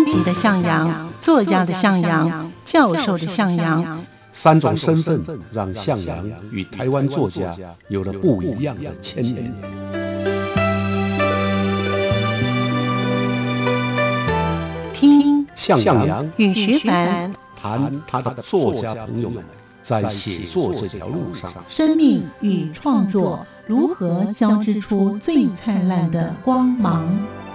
编辑的向阳，作家的向阳，教授的向阳 ，3种身份让向阳与台湾作家有了不一样的牵连。 听向阳与徐凡谈他的作家朋友们在写作这条路上， 生命与创作如何交织出最灿烂的光芒。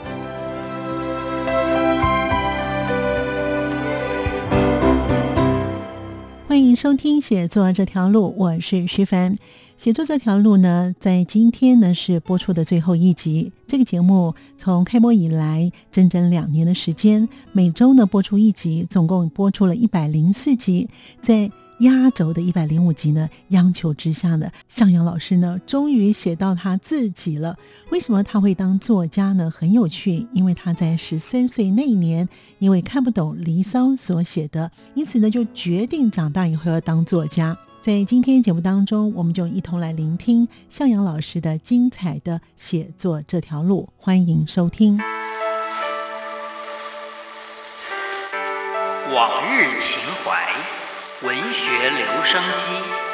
欢迎收听写作这条路，我是徐凡。写作这条路呢，在今天呢是播出的最后一集。这个节目从开播以来整整2年的时间，每周呢播出1集，总共播出了104集。在压轴的105集呢，央求之下呢，向阳老师呢终于写到他自己了。为什么他会当作家呢？很有趣，因为他在13岁那一年，因为看不懂《离骚》所写的，因此呢就决定长大以后要当作家。在今天节目当中，我们就一同来聆听向阳老师的精彩的写作这条路，欢迎收听。 往日情怀，文学留声机。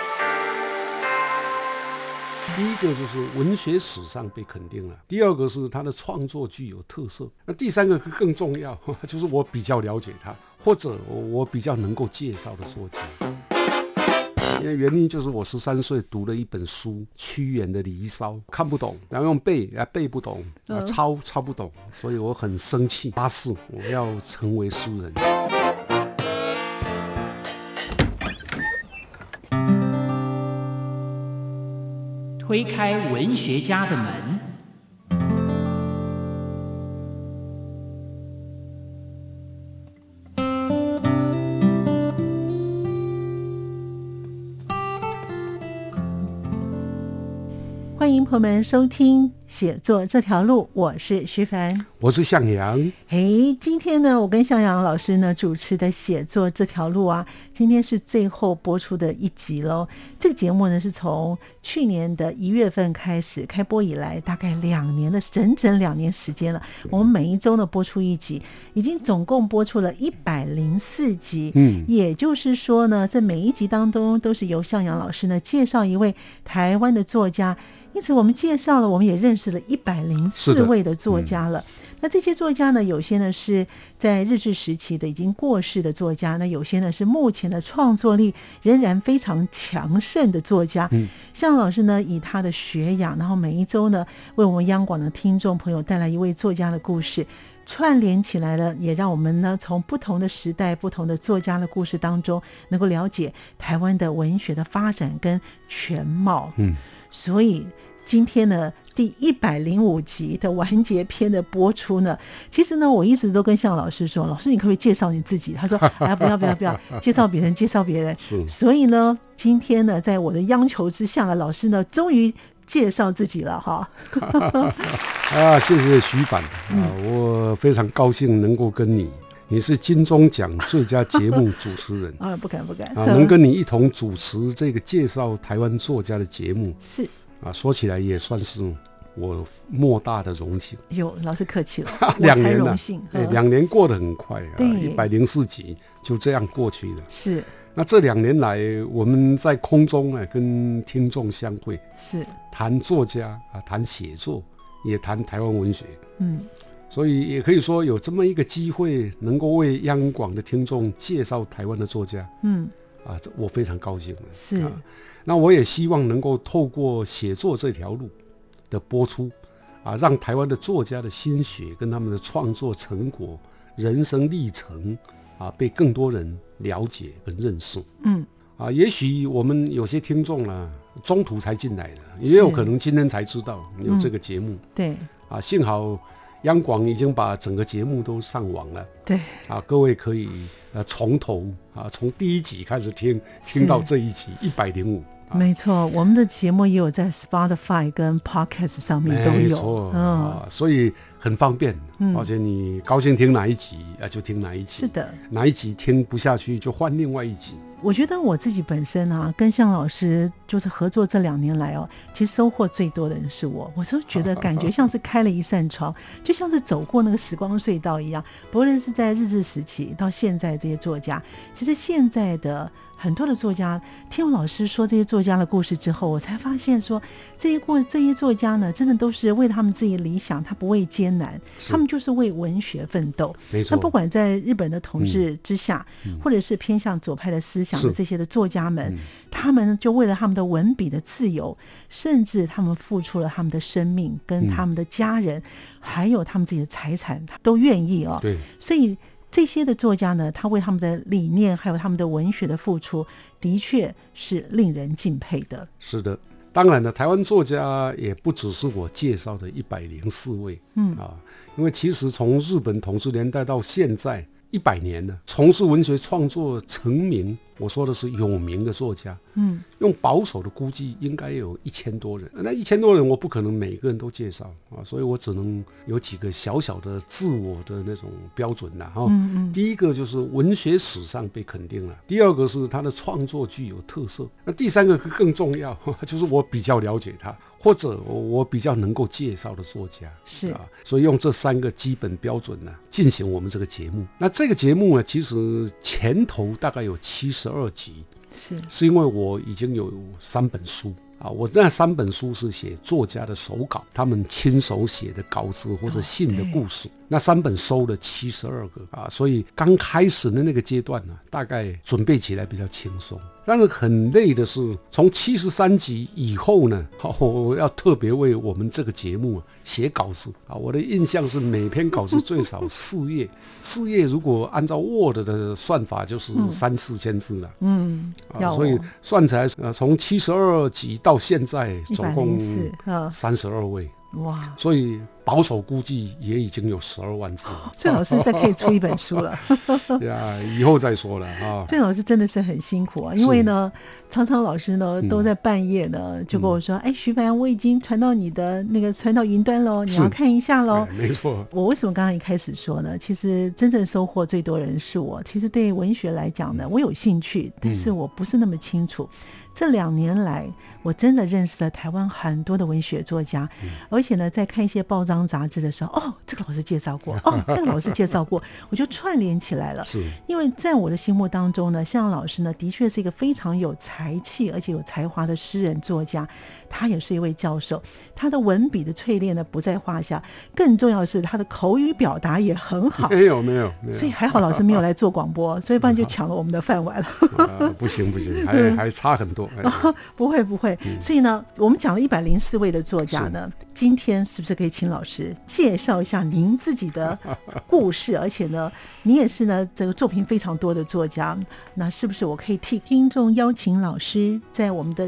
第一个就是文学史上被肯定了，第二个是他的创作具有特色，那第三个更重要，就是我比较了解他，或者我比较能够介绍的作家。因为原因就是我13岁读了一本书，屈原的《离骚》，看不懂，然后用背背不懂，抄不懂，所以我很生气，发誓我要成为诗人。 推开文学家的门。 欢迎朋友们收听写作这条路，我是徐凡， 我是向阳。 今天呢，我跟向阳老师呢主持的写作这条路啊，今天是最后播出的一集咯。这个节目呢是从去年的1月份开始开播以来，大概整整2年时间了。我们每一周呢播出1集，已经总共播出了104集。也就是说呢，这每一集当中都是由向阳老师呢介绍一位台湾的作家。因此我们介绍了，我们也认识了104位的作家了。那这些作家呢，有些呢是在日治时期的已经过世的作家，那有些呢是目前的创作力仍然非常强盛的作家。向老师呢以他的学养，然后每一周呢为我们央广的听众朋友带来一位作家的故事，串联起来了，也让我们呢从不同的时代、不同的作家的故事当中，能够了解台湾的文学的发展跟全貌。所以今天呢第105集的完结篇的播出呢，其实呢我一直都跟向老师说，老师你可不可以介绍你自己？他说不要介绍别人所以呢今天呢在我的央求之下呢，老师呢终于介绍自己了哈。 谢谢徐凡我非常高兴能够跟你是金钟奖最佳节目主持人不敢能跟你一同主持这个介绍台湾作家的节目， 是说起来也算是我莫大的荣幸。 老师客气了 2年了 ，2 年过得很快104集就这样过去了。 是， 那这2年来我们在空中跟听众相会， 是谈作家谈写作，也谈台湾文学。所以也可以说有这么一个机会能够为央广的听众介绍台湾的作家，我非常高兴。 是那我也希望能够透过写作这条路的播出让台湾的作家的心血跟他们的创作成果、人生历程被更多人了解跟认识。也许我们有些听众中途才进来的，也有可能今天才知道有这个节目。 对幸好央广已经把整个节目都上网了。 对各位可以从头从第1集开始听到这一集105。 没错，我们的节目也有在 Spotify 跟 Podcast 上面都有。 没错所以很方便，而且你高兴听哪一集就听哪一集， 是的， 哪一集听不下去就换另外一集。 我觉得我自己本身啊，跟向老师就是合作这2年来其实收获最多的人是我。我就觉得感觉像是开了一扇窗，就像是走过那个时光隧道一样。不论是在日治时期到现在这些作家，其实现在的很多的作家，听老师说这些作家的故事之后，我才发现说这些作家呢，真的都是为他们自己的理想，他不畏艰难，他们就是为文学奋斗。 没错。 那不管在日本的统治之下，或者是偏向左派的思想的这些的作家们，他们就为了他们的文笔的自由，甚至他们付出了他们的生命跟他们的家人，还有他们自己的财产，都愿意对， 所以这些的作家呢，他为他们的理念还有他们的文学的付出，的确是令人敬佩的。 是的，当然了，台湾作家也不只是我介绍的104位，因为其实从日本统治年代到现在100年了，从事文学创作成名，我说的是有名的作家，用保守的估计应该有1000多人。那1000多人我不可能每个人都介绍所以我只能有几个小小的自我的那种标准啦第一个就是文学史上被肯定了，第二个是他的创作具有特色，那第三个更重要就是我比较了解他，或者我比较能够介绍的作家， 是所以用这3个基本标准呢进行我们这个节目。那这个节目呢，其实前头大概有72集，是因为我已经有3本书我那3本书是写作家的手稿，他们亲手写的稿子或者信的故事，那3本收了72个所以刚开始的那个阶段呢，大概准备起来比较轻松。但是很累的是，从73集以后呢，我要特别为我们这个节目写稿子我的印象是每篇稿子最少4页，4页如果按照 Word 的算法就是3-4千字了，所以算起来从72集到现在总共32位。哇！所以保守估计也已经有12万字了。 郑老师再可以出一本书了呀，以后再说了郑老师真的是很辛苦因为呢，常常老师呢都在半夜呢就跟我说：“徐凡，我已经传到你的那个传到云端喽，你要看一下喽。” 没错。 我为什么刚刚一开始说呢？其实真正收获最多的人是我。其实对文学来讲呢，我有兴趣，但是我不是那么清楚。这2年来，我真的认识了台湾很多的文学作家，而且呢，在看一些报章杂志的时候，这个老师介绍过，那个老师介绍过，我就串联起来了。 是， 因为在我的心目当中呢，向阳老师呢，的确是一个非常有才气而且有才华的诗人作家，他也是一位教授，他的文笔的淬炼呢不在话下，更重要的是他的口语表达也很好。 没有， 所以还好老师没有来做广播，所以不然就抢了我们的饭碗了。 不行，还差很多。 不会，所以呢，我们讲了104位的作家呢，今天是不是可以请老师介绍一下您自己的故事？而且呢，你也是呢这个作品非常多的作家，那是不是我可以替听众邀请老师，在我们的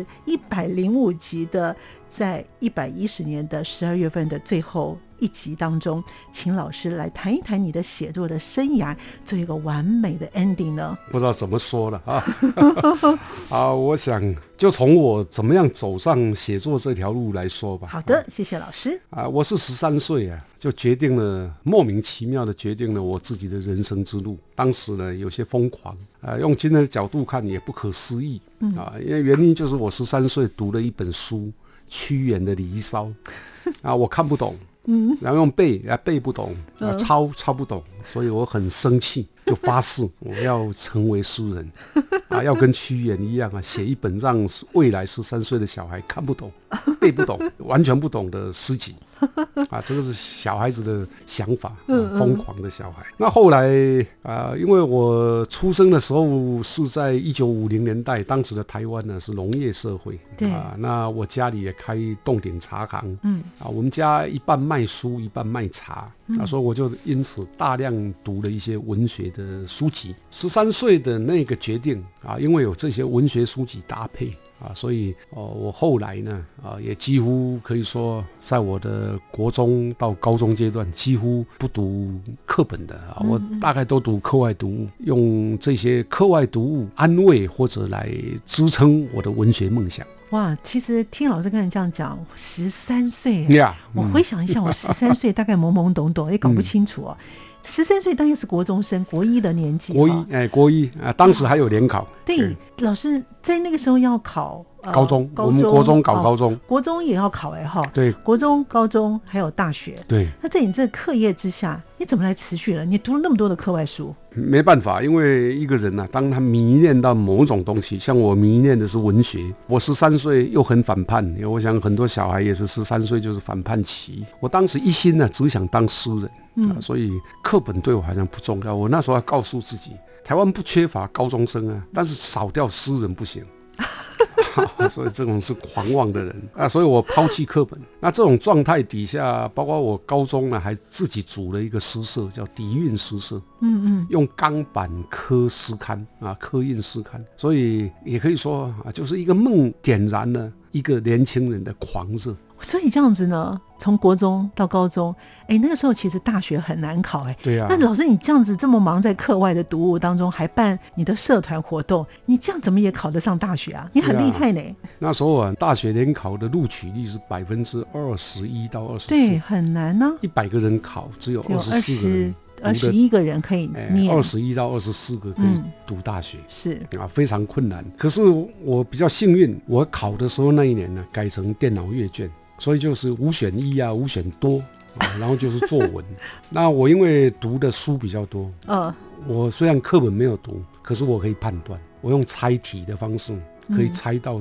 105集的在110年的12月份的最后1集当中，请老师来谈一谈你的写作的生涯，做一个完美的 ending 呢？ 不知道怎么说了我想就从我怎么样走上写作这条路来说吧。 好的，谢谢老师。 我是13岁就决定了，莫名其妙的决定了我自己的人生之路。当时呢有些疯狂用今天的角度看也不可思议因为原因就是我13岁读了一本书，屈原的《离骚》我看不懂。然后用背不懂抄不懂，所以我很生气，就发誓我要成为诗人要跟屈原一样写一本让未来13岁的小孩看不懂背不懂完全不懂的诗集这个是小孩子的想法疯狂的小孩。那后来因为我出生的时候是在1950年代，当时的台湾呢是农业社会那我家里也开冻顶茶行我们家一半卖书一半卖茶所以我就因此大量读了一些文学的书籍。13岁的那个决定因为有这些文学书籍搭配所以我后来呢也几乎可以说在我的国中到高中阶段几乎不读课本的我大概都读课外读物，用这些课外读物安慰或者来支撑我的文学梦想。 哇，其实听老师刚才这样讲，13岁，我回想一下，我13岁大概懵懵懂懂，也搞不清楚哦。13岁大概是国中生，国一的年纪。 国一啊，当时还有联考。 对，老师在那个时候要考高中，我们国中搞高中， 国中也要考哈。 对， 国中、高中还有大学。 对， 那在你这个课业之下，你怎么来持续了？你读了那么多的课外书。 没办法，因为一个人啊，当他迷恋到某种东西，像我迷恋的是文学，我13岁又很反叛，因为我想很多小孩也是13岁就是反叛期。我当时一心呢，只想当诗人，所以课本对我好像不重要。我那时候要告诉自己，台湾不缺乏高中生啊，但是少掉诗人不行。所以这种是狂妄的人啊，所以我抛弃课本。那这种状态底下，包括我高中呢，还自己组了一个诗社，叫底蕴诗社。用钢板刻诗刊啊，刻印诗刊，所以也可以说啊，就是一个梦点燃了一个年轻人的狂热。 所以这样子呢，从国中到高中，那个时候其实大学很难考。 对啊。 那老师你这样子这么忙在课外的读物当中，还办你的社团活动，你这样怎么也考得上大学啊？你很厉害呢。 那时候啊，大学联考的录取率是21%到24%， 对，很难呢。 100个人考，只有24个人。 21个人可以念 ，21到24个可以读大学， 是啊，非常困难。可是我比较幸运，我考的时候那一年呢，改成电脑阅卷，所以就是5选1啊，5选多啊，然后就是作文。那我因为读的书比较多，我虽然课本没有读，可是我可以判断，我用猜题的方式可以猜到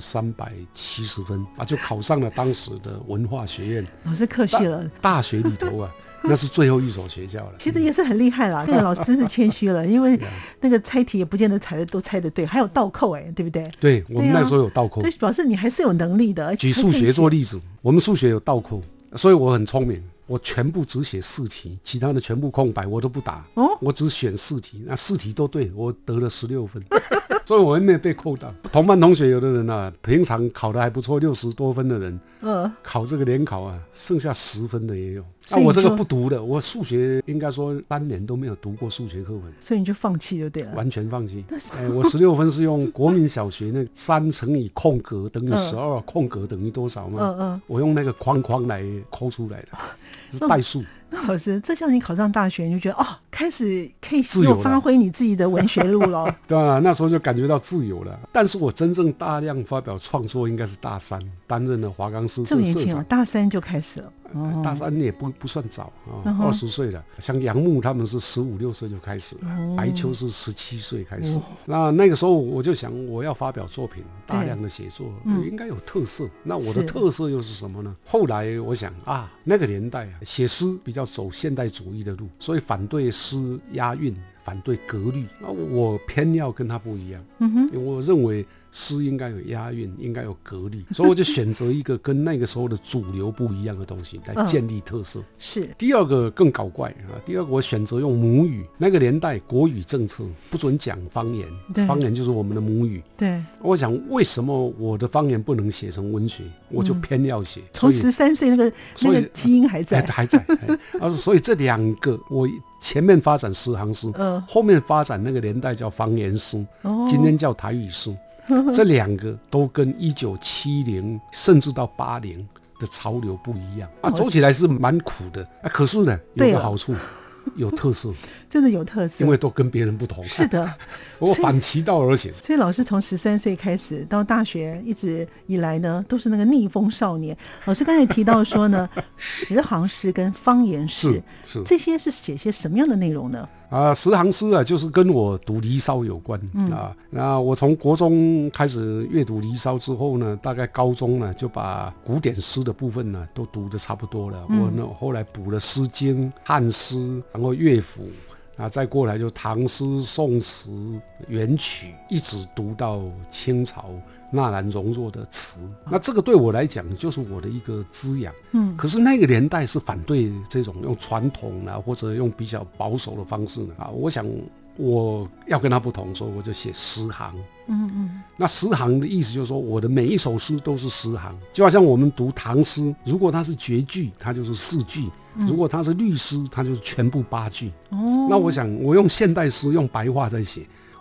370分啊，就考上了当时的文化学院。 老师客气了， 大学里头啊。那是最后一所学校了， 其实也是很厉害啦。这个老师真是谦虚了，因为那个猜题也不见得都猜得对，还有倒扣对不对？ 对，我们那时候有倒扣， 对，表示你还是有能力的。 举数学做例子，我们数学有倒扣，所以我很聪明，我全部只写4题，其他的全部空白，我都不答。我只选4题，那4题都对，我得了16分。所以我也没有被扣到。同班同学有的人啊，平常考得还不错，60多分的人，考这个联考啊，剩下10分的也有。那我这个不读的，我数学应该说3年都没有读过数学课本， 所以你就放弃就对了， 完全放弃。我16分是用国民小学那3乘以空格等于12，空格等于多少嘛？我用那个框框来抠出来的，是代数。 那老师，这像你考上大学，你就觉得开始可以又发挥你自己的文学路了。 对啊，那时候就感觉到自由了。但是我真正大量发表创作应该是大3，担任了华冈诗社社长。 大3就开始了。 大3也不算早啊，20岁了。像杨牧他们是15、16岁就开始了，白秋是17岁开始。那个时候我就想，我要发表作品，大量的写作，应该有特色。那我的特色又是什么呢？后来我想啊，那个年代啊，写诗比较走现代主义的路，所以反对诗押韵，反对格律。我偏要跟他不一样，因为我认为诗应该有押韵，应该有格律，所以我就选择一个跟那个时候的主流不一样的东西来建立特色。 是第二个更搞怪啊！第二个我选择用母语，那个年代国语政策不准讲方言，方言就是我们的母语。 对， 我想为什么我的方言不能写成文学，我就偏要写。 从13岁那个基因还在， 还在。所以这2个我前面发展诗行诗，后面发展那个年代叫方言诗，今天叫台语诗。这2个都跟1970甚至到80的潮流不一样啊，走起来是蛮苦的啊。可是呢，有个好处，有特色， 真的有特色， 因为都跟别人不同。 是的， 我反其道而行。 所以老师从13岁开始到大学一直以来呢，都是那个逆风少年。老师刚才提到说呢，10行诗跟方言诗， 是这些是写些什么样的内容呢 ？10行诗啊，就是跟我读《离骚》有关啊。那我从国中开始阅读《离骚》之后呢，大概高中呢就把古典诗的部分呢都读得差不多了。我呢后来补了《诗经》、汉诗，然后乐府。再过来就唐诗、宋词、元曲，一直读到清朝纳兰容若的词。那这个对我来讲就是我的一个滋养。可是那个年代是反对这种用传统或者用比较保守的方式我想我要跟他不同，所以我就写10行。那10行的意思就是说，我的每一首诗都是10行，就好像我们读唐诗，如果它是绝句，它就是4句；如果它是律诗，它就是全部8句。那我想，我用现代诗，用白话在写，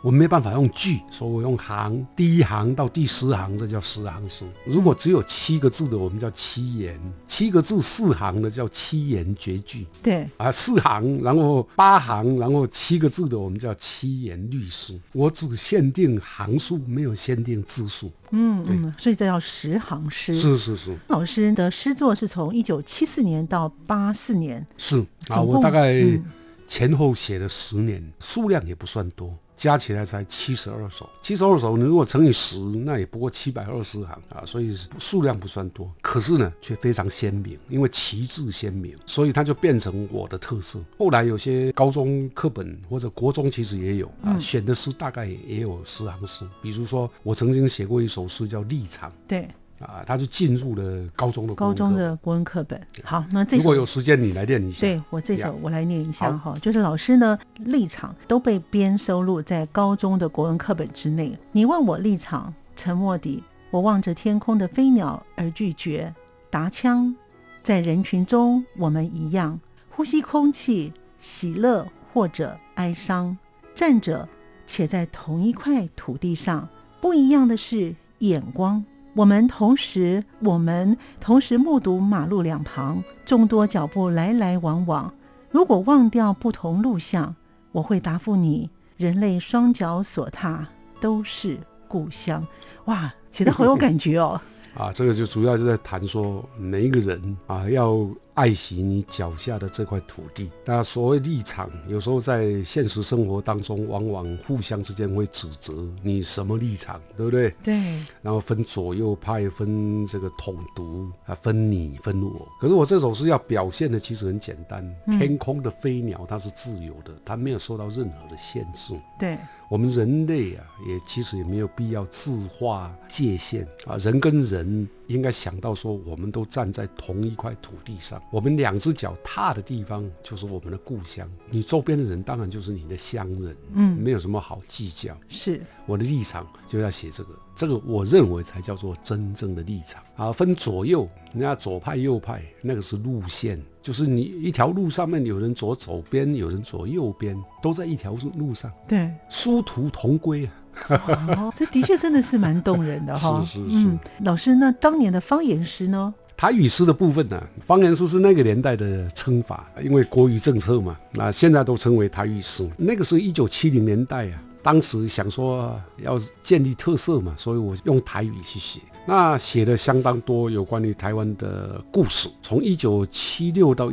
我们没办法用句，所以我用行，第一行到第10行，这叫10行诗。如果只有7个字的，我们叫七言；7个字4行的叫七言绝句。 对 4行，然后8行，然后7个字的，我们叫七言律诗。我只限定行数，没有限定字数。 所以这叫10行诗。 是。 老师的诗作是从1974年到84年。 是啊，我大概前后写了10年，数量也不算多。加起来才72首，72首你如果乘以10，那也不过720行啊，所以数量不算多，可是呢却非常鲜明，因为旗帜鲜明，所以它就变成我的特色。后来有些高中课本或者国中其实也有选的诗大概也有10行诗，比如说我曾经写过一首诗叫《立场》，对。他就进入了高中的国文课本。好，那这首如果有时间你来念一下。对，我这首我来念一下哈，就是老师呢立场都被编收录在高中的国文课本之内。你问我立场，沉默地我望着天空的飞鸟而拒绝答腔，在人群中我们一样，呼吸空气，喜乐或者哀伤，站着且在同一块土地上，不一样的是眼光。我们同时目睹马路两旁众多脚步来来往往。如果忘掉不同路向，我会答复你：人类双脚所踏都是故乡。哇，写得好有感觉哦。这个就主要是在谈说每一个人要爱惜你脚下的这块土地。那所谓立场，有时候在现实生活当中，往往互相之间会指责你什么立场，对不对？对。然后分左右派，分这个统独分你分我。可是我这首诗要表现的其实很简单，天空的飞鸟它是自由的，它没有受到任何的限制。对。我们人类也其实也没有必要自划界限人跟人应该想到说，我们都站在同一块土地上，我们2只脚踏的地方就是我们的故乡，你周边的人当然就是你的乡人，没有什么好计较。是我的立场就要写这个我认为才叫做真正的立场分左右，人家左派右派那个是路线，就是你一条路上面有人左边，有人左右边，都在一条路上，对，殊途同归这的确真的是蛮动人的哈。是。老师，那当年的方言诗呢？台语诗的部分呢，方言诗是那个年代的称法，因为国语政策嘛，那现在都称为台语诗。那个是1970年代当时想说要建立特色嘛，所以我用台语去写。那写的相当多有关于台湾的故事，从1976到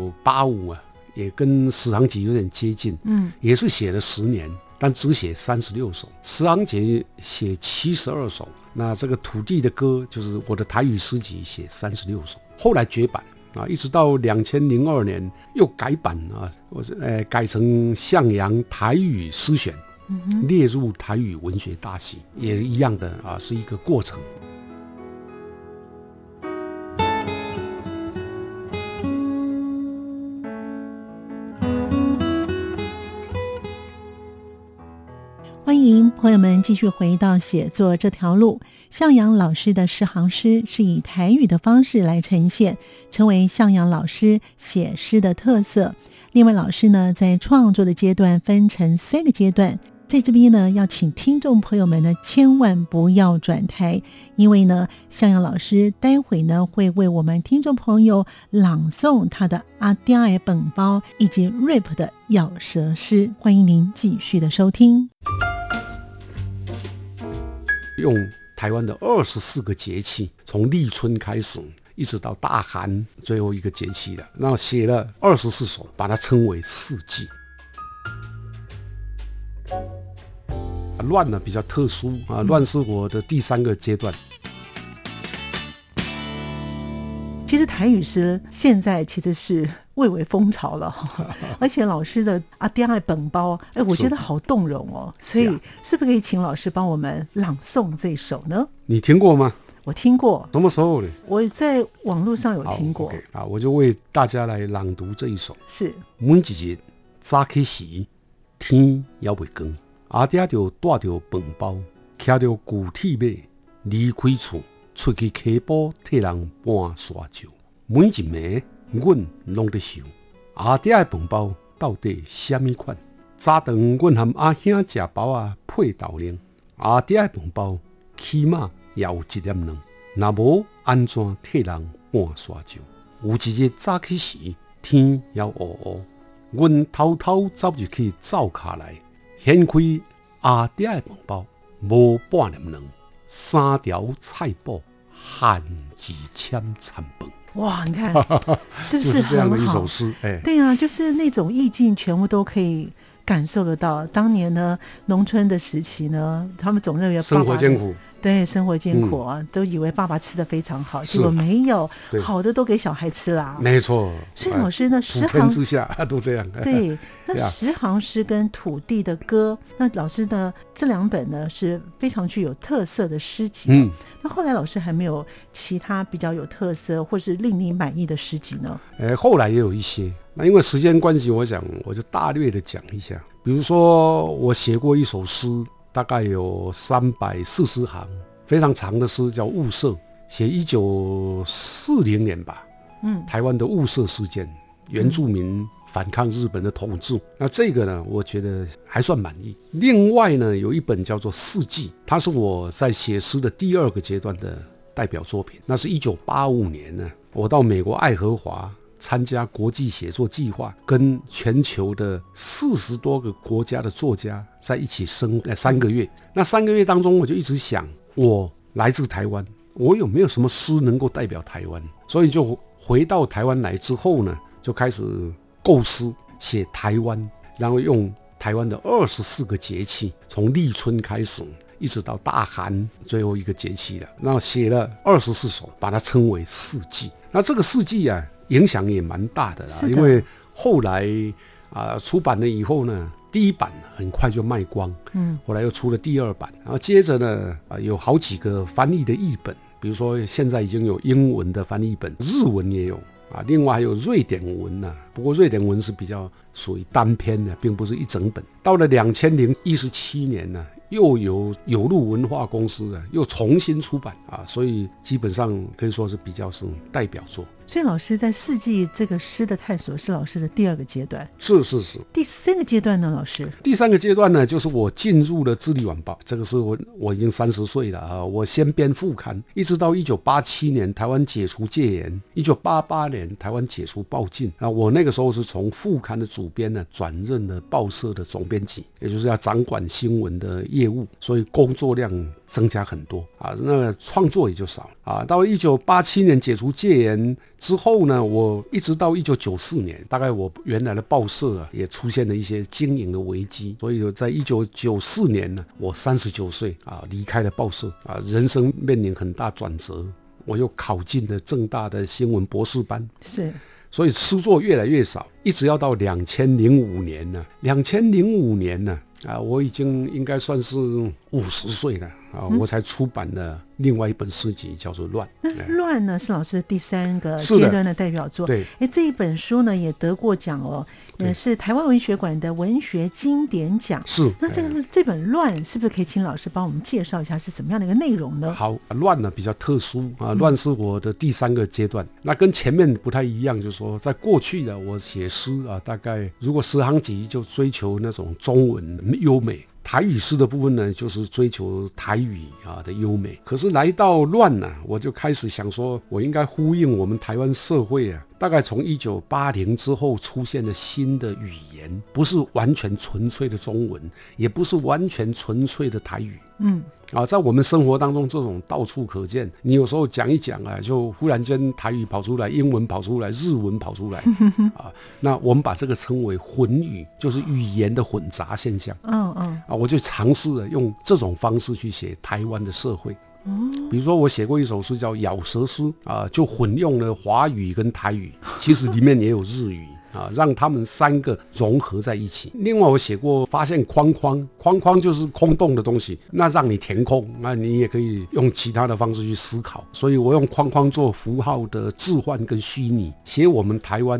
1985也跟十行集有点接近，也是写了10年，但只写36首，十行集写72首。那这个土地的歌就是我的台语诗集写36首，后来绝版一直到2002年又改版改成向阳台语诗选，列入台语文学大系，也一样的是一个过程。 欢迎朋友们继续回到写作这条路。向阳老师的10行诗是以台语的方式来呈现，成为向阳老师写诗的特色。另外老师呢，在创作的阶段分成3个阶段，在这边呢，要请听众朋友们呢千万不要转台，因为呢，向阳老师待会呢会为我们听众朋友朗诵他的阿爹的本包以及 rap 的咬舌诗，欢迎您继续的收听。 用台湾的24个节气，从立春开始一直到大寒最后一个节气了，然后写了24首，把它称为4季。乱呢比较特殊乱是我的第3个阶段。 其实台语诗现在其实是蔚为风潮了而且老师的阿爹的本包我觉得好动容哦，所以是不是可以请老师帮我们朗诵这首呢？ 你听过吗？ 我听过。 什么时候呢？ 我在网络上有听过。 我就为大家来朗读这一首。是。每一日早起时，天还未光，阿爹就带着饭包，骑着旧铁马，离开厝，出去溪埔替人搬沙石。每一暝，阮拢在想，阿爹的饭包到底什么款？ 早顿阮和阿兄食饱啊，配豆奶，阿爹的饭包起码也有1点2，若无安怎替人换沙酒？有一日早起时，天也乌乌，阮偷偷走入去灶骹内，掀开阿爹的饭包，无半粒卵，3条菜脯，汉字签餐饭。 哇，你看是不就是这样的一很好首诗？ 对啊，就是那种意境，全部都可以感受得到。当年呢，农村的时期呢，他们总认为爸爸生活艰苦， 对，生活艰苦啊，都以为爸爸吃的非常好，结果没有，好的都给小孩吃啦。 没错。 所以老师呢， 普天之下都这样。 对，那十行诗跟土地的歌，那老师呢这2本呢是非常具有特色的诗集。那后来老师还没有其他比较有特色或是令你满意的诗集呢？ 后来也有一些。那因为时间关系，我想我就大略的讲一下。比如说，我写过一首诗，大概有340行，非常长的诗，叫《雾社》，写1940年吧。台湾的雾社事件，原住民反抗日本的统治。那这个呢，我觉得还算满意。另外呢，有一本叫做《四季》，它是我在写诗的第2个阶段的代表作品。那是1985年呢，我到美国爱荷华参加国际写作计划，跟全球的40多个国家的作家在一起3个月。那3个月当中，我就一直想，我来自台湾，我有没有什么诗能够代表台湾？所以就回到台湾来之后呢，就开始构思写台湾，然后用台湾的24个节气，从立春开始一直到大寒最后一个节气了，然后写了24首，把它称为四季。那这个四季啊，影响也蛮大的啦，因为后来出版了以后呢，第1版很快就卖光，后来又出了第2版，然后接着呢有好几个翻译的译本，比如说现在已经有英文的翻译本，日文也有另外还有瑞典文不过瑞典文是比较属于单篇的，并不是一整本。到了2017年呢，又有有路文化公司又重新出版所以基本上可以说是比较是代表作。 所以老师在四季这个诗的探索是老师的第2个阶段。 是。 第3个阶段呢，老师？ 第3个阶段呢，就是我进入了《智利晚报》，这个是我已经30岁了我先编副刊，一直到1987年台湾解除戒严，1988年台湾解除报禁我那个时候是从副刊的主编呢转任了报社的总编辑，也就是要掌管新闻的业务，所以工作量增加很多那个创作也就少了到1987年解除戒严之后呢，我一直到1994年，大概我原来的报社也出现了一些经营的危机，所以在1994年呢，我39岁离开了报社人生面临很大转折，我又考进了政大的新闻博士班， 是， 所以诗作越来越少，一直要到2005年呢，2005年呢我已经应该算是50岁了我才出版了另外一本诗集，叫做《乱》。 那《乱》呢是老师的第3个阶段的代表作。 对， 这一本书呢也得过奖也是台湾文学馆的文学经典奖。 是。 那这本《乱》是不是可以请老师帮我们介绍一下是什么样的一个内容呢？ 好，《乱》呢比较特殊《乱》是我的第3个阶段，那跟前面不太一样，就是说在过去的我写诗大概如果10行集就追求那种中文优美。台语诗的部分呢，就是追求台语的优美。可是来到乱呢，我就开始想说，我应该呼应我们台湾社会大概从1980之后出现的新的语言，不是完全纯粹的中文，也不是完全纯粹的台语。在我们生活当中，这种到处可见。你有时候讲一讲就忽然间台语跑出来，英文跑出来，日文跑出来那我们把这个称为混语，就是语言的混杂现象。我就尝试了用这种方式去写台湾的社会。比如说我写过一首诗叫《咬舌诗》就混用了华语跟台语，其实里面也有日语让他们3个融合在一起。另外我写过发现框框就是空洞的东西，那让你填空，那你也可以用其他的方式去思考。所以我用框框做符号的置换跟虚拟，写我们台湾呢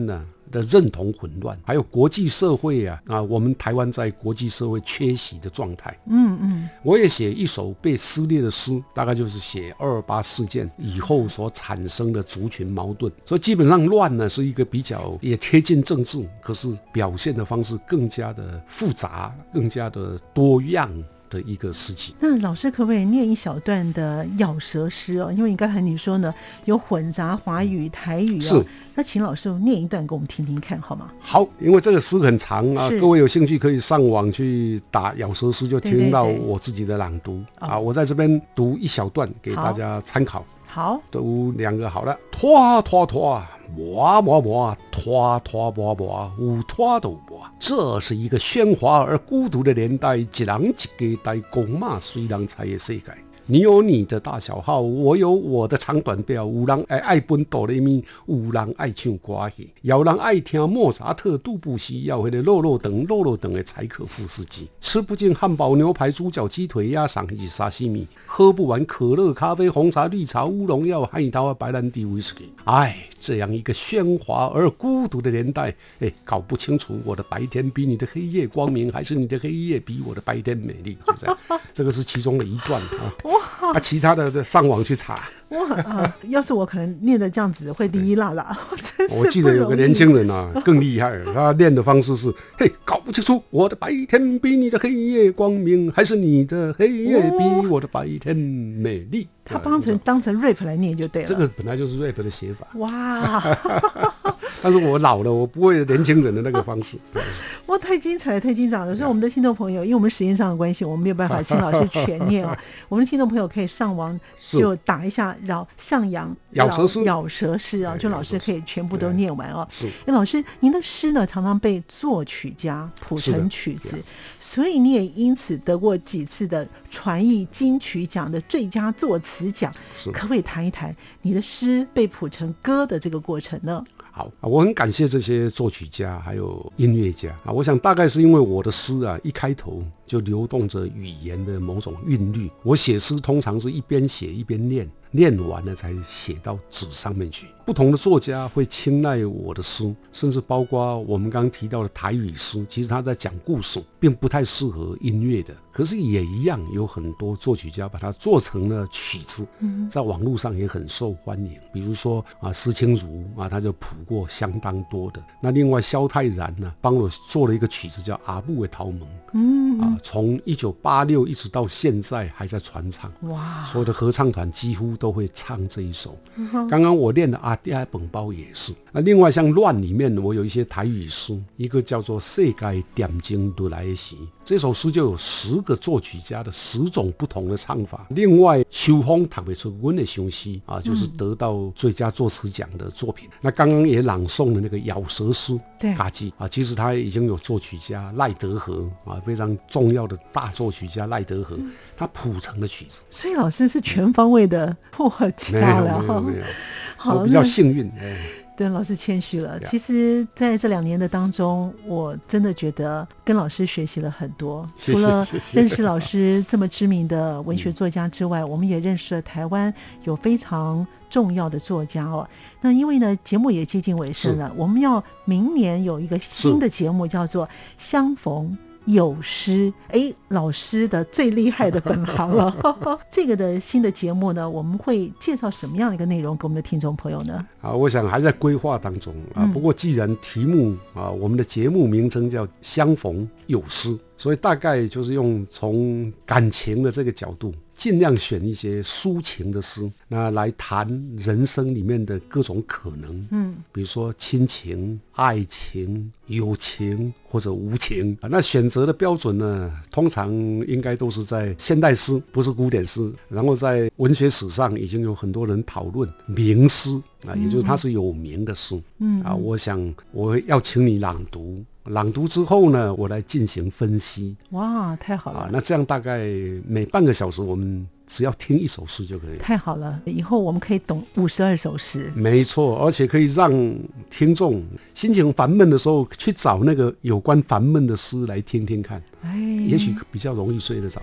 的认同混乱，还有国际社会我们台湾在国际社会缺席的状态。我也写一首被撕裂的诗，大概就是写228事件以后所产生的族群矛盾。所以基本上乱呢是一个比较也贴近政治，可是表现的方式更加的复杂，更加的多样的一个时期。 那老师可不可以念一小段的咬舌诗哦？因为你刚才你说呢，有混杂华语、台语哦。 是。 那请老师念一段给我们听听看好吗？ 好，因为这个诗很长各位有兴趣可以上网去打咬舌诗，就听到我自己的朗读。我在这边读一小段给大家参考。 好， 读2个好了。拖拖拖，磨磨磨，拖拖磨磨，有拖都磨。这是一个喧哗而孤独的年代，一人一家带，公马随人才的世界。你有你的大小号，我有我的长短调。有人爱奔哆来咪，有人爱唱歌戏，有人爱听莫扎特、杜布西，要那个肉肉等的柴可夫斯基。吃不尽汉堡、牛排、猪脚、鸡腿、鸭肠以及沙西米，喝不完可乐、咖啡、红茶、绿茶、乌龙药、海涛、白兰地、威士忌。这样一个喧哗而孤独的年代，搞不清楚我的白天比你的黑夜光明，还是你的黑夜比我的白天美丽。就这样，这个是其中的一段其他的上网去查。 要是我可能念的这样子会滴滴啦啦。 我记得有个年轻人更厉害，他练的方式是搞不清楚我的白天比你的黑夜光明，还是你的黑夜比我的白天美丽。 他当成 rap 来念就对了。 这个本来就是 rap 的写法。 哇！ 但是我老了，我不会年轻人的那个方式。 哇，太精彩了，太精彩了！所以我们的听众朋友，因为我们时间上的关系，我们没有办法请老师全念我们的听众朋友可以上网就打一下向阳咬舌诗就老师可以全部都念完老师，您的诗呢常常被作曲家谱成曲子，所以你也因此得过几次的传艺金曲奖的最佳作词奖。可不可以谈一谈你的诗被谱成歌的这个过程呢？ 好，我很感谢这些作曲家还有音乐家我想大概是因为我的诗一开头就流动着语言的某种韵律。我写诗通常是一边写一边念完了才写到纸上面去。不同的作家会青睐我的诗，甚至包括我们刚刚提到的台语诗，其实他在讲故事，并不太适合音乐的，可是也一样有很多作曲家把它做成了曲子，在网络上也很受欢迎。比如说施清如他就谱过相当多的。那另外萧泰然呢帮我做了一个曲子叫《阿母的头毛》，从1986一直到现在还在传唱。哇！所有的合唱团几乎都会唱这一首。刚刚我练的阿爹本包也是。那另外像乱里面我有一些台语诗，一个叫做世界点睛如来的时，这首诗就有10个作曲家的10种不同的唱法。另外秋风读不出阮的相思就是得到最佳作词奖的作品。那刚刚也朗诵的那个咬舌诗嘎叽其实他已经有作曲家赖德和非常重要的大作曲家赖德和他谱成的曲子。 所以老师是全方位的破家了。 没有我比较幸运。 对，老师谦虚了。其实在这2年的当中，我真的觉得跟老师学习了很多。除了认识老师这么知名的文学作家之外，我们也认识了台湾有非常重要的作家那因为呢节目也接近尾声了，我们要明年有一个新的节目叫做相逢有诗，老师的最厉害的本行了。这个的新的节目呢，我们会介绍什么样的一个内容给我们的听众朋友呢？ 我想还在规划当中不过既然题目我们的节目名称叫相逢有诗，所以大概就是用从感情的这个角度，尽量选一些抒情的诗，那来谈人生里面的各种可能。比如说亲情、爱情、友情或者无情那选择的标准呢，通常应该都是在现代诗，不是古典诗。然后在文学史上已经有很多人讨论名诗也就是它是有名的诗。我想我要请你朗读之后呢，我来进行分析。 哇，太好了！ 那这样大概每半个小时，我们只要听一首诗就可以。 太好了，以后我们可以懂52首诗。 没错，而且可以让听众心情烦闷的时候去找那个有关烦闷的诗来听听看，也许比较容易睡得着。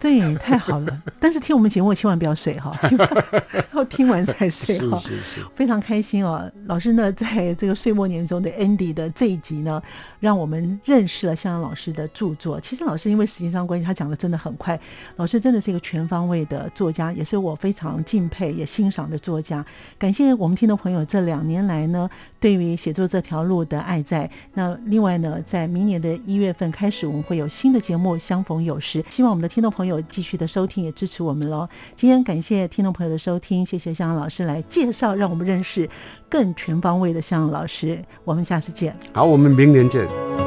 对，太好了。但是听我们节目千万不要睡哈，要听完才睡哈。 是是是， 非常开心哦，老师呢在这个岁末年终的 Andy 的这一集呢，让我们认识了向阳老师的著作。其实老师因为时间上关系，他讲的真的很快。老师真的是一个全方位的作家，也是我非常敬佩也欣赏的作家。感谢我们听众朋友这2年来呢，对于写作这条路的爱在。那另外呢，在明年的1月份开始，我们会有新的节目相逢有时，希望我们的听众朋友继续的收听，也支持我们咯。今天感谢听众朋友的收听，谢谢向阳老师来介绍，让我们认识更全方位的向阳老师。我们下次见。 好，我们明年见。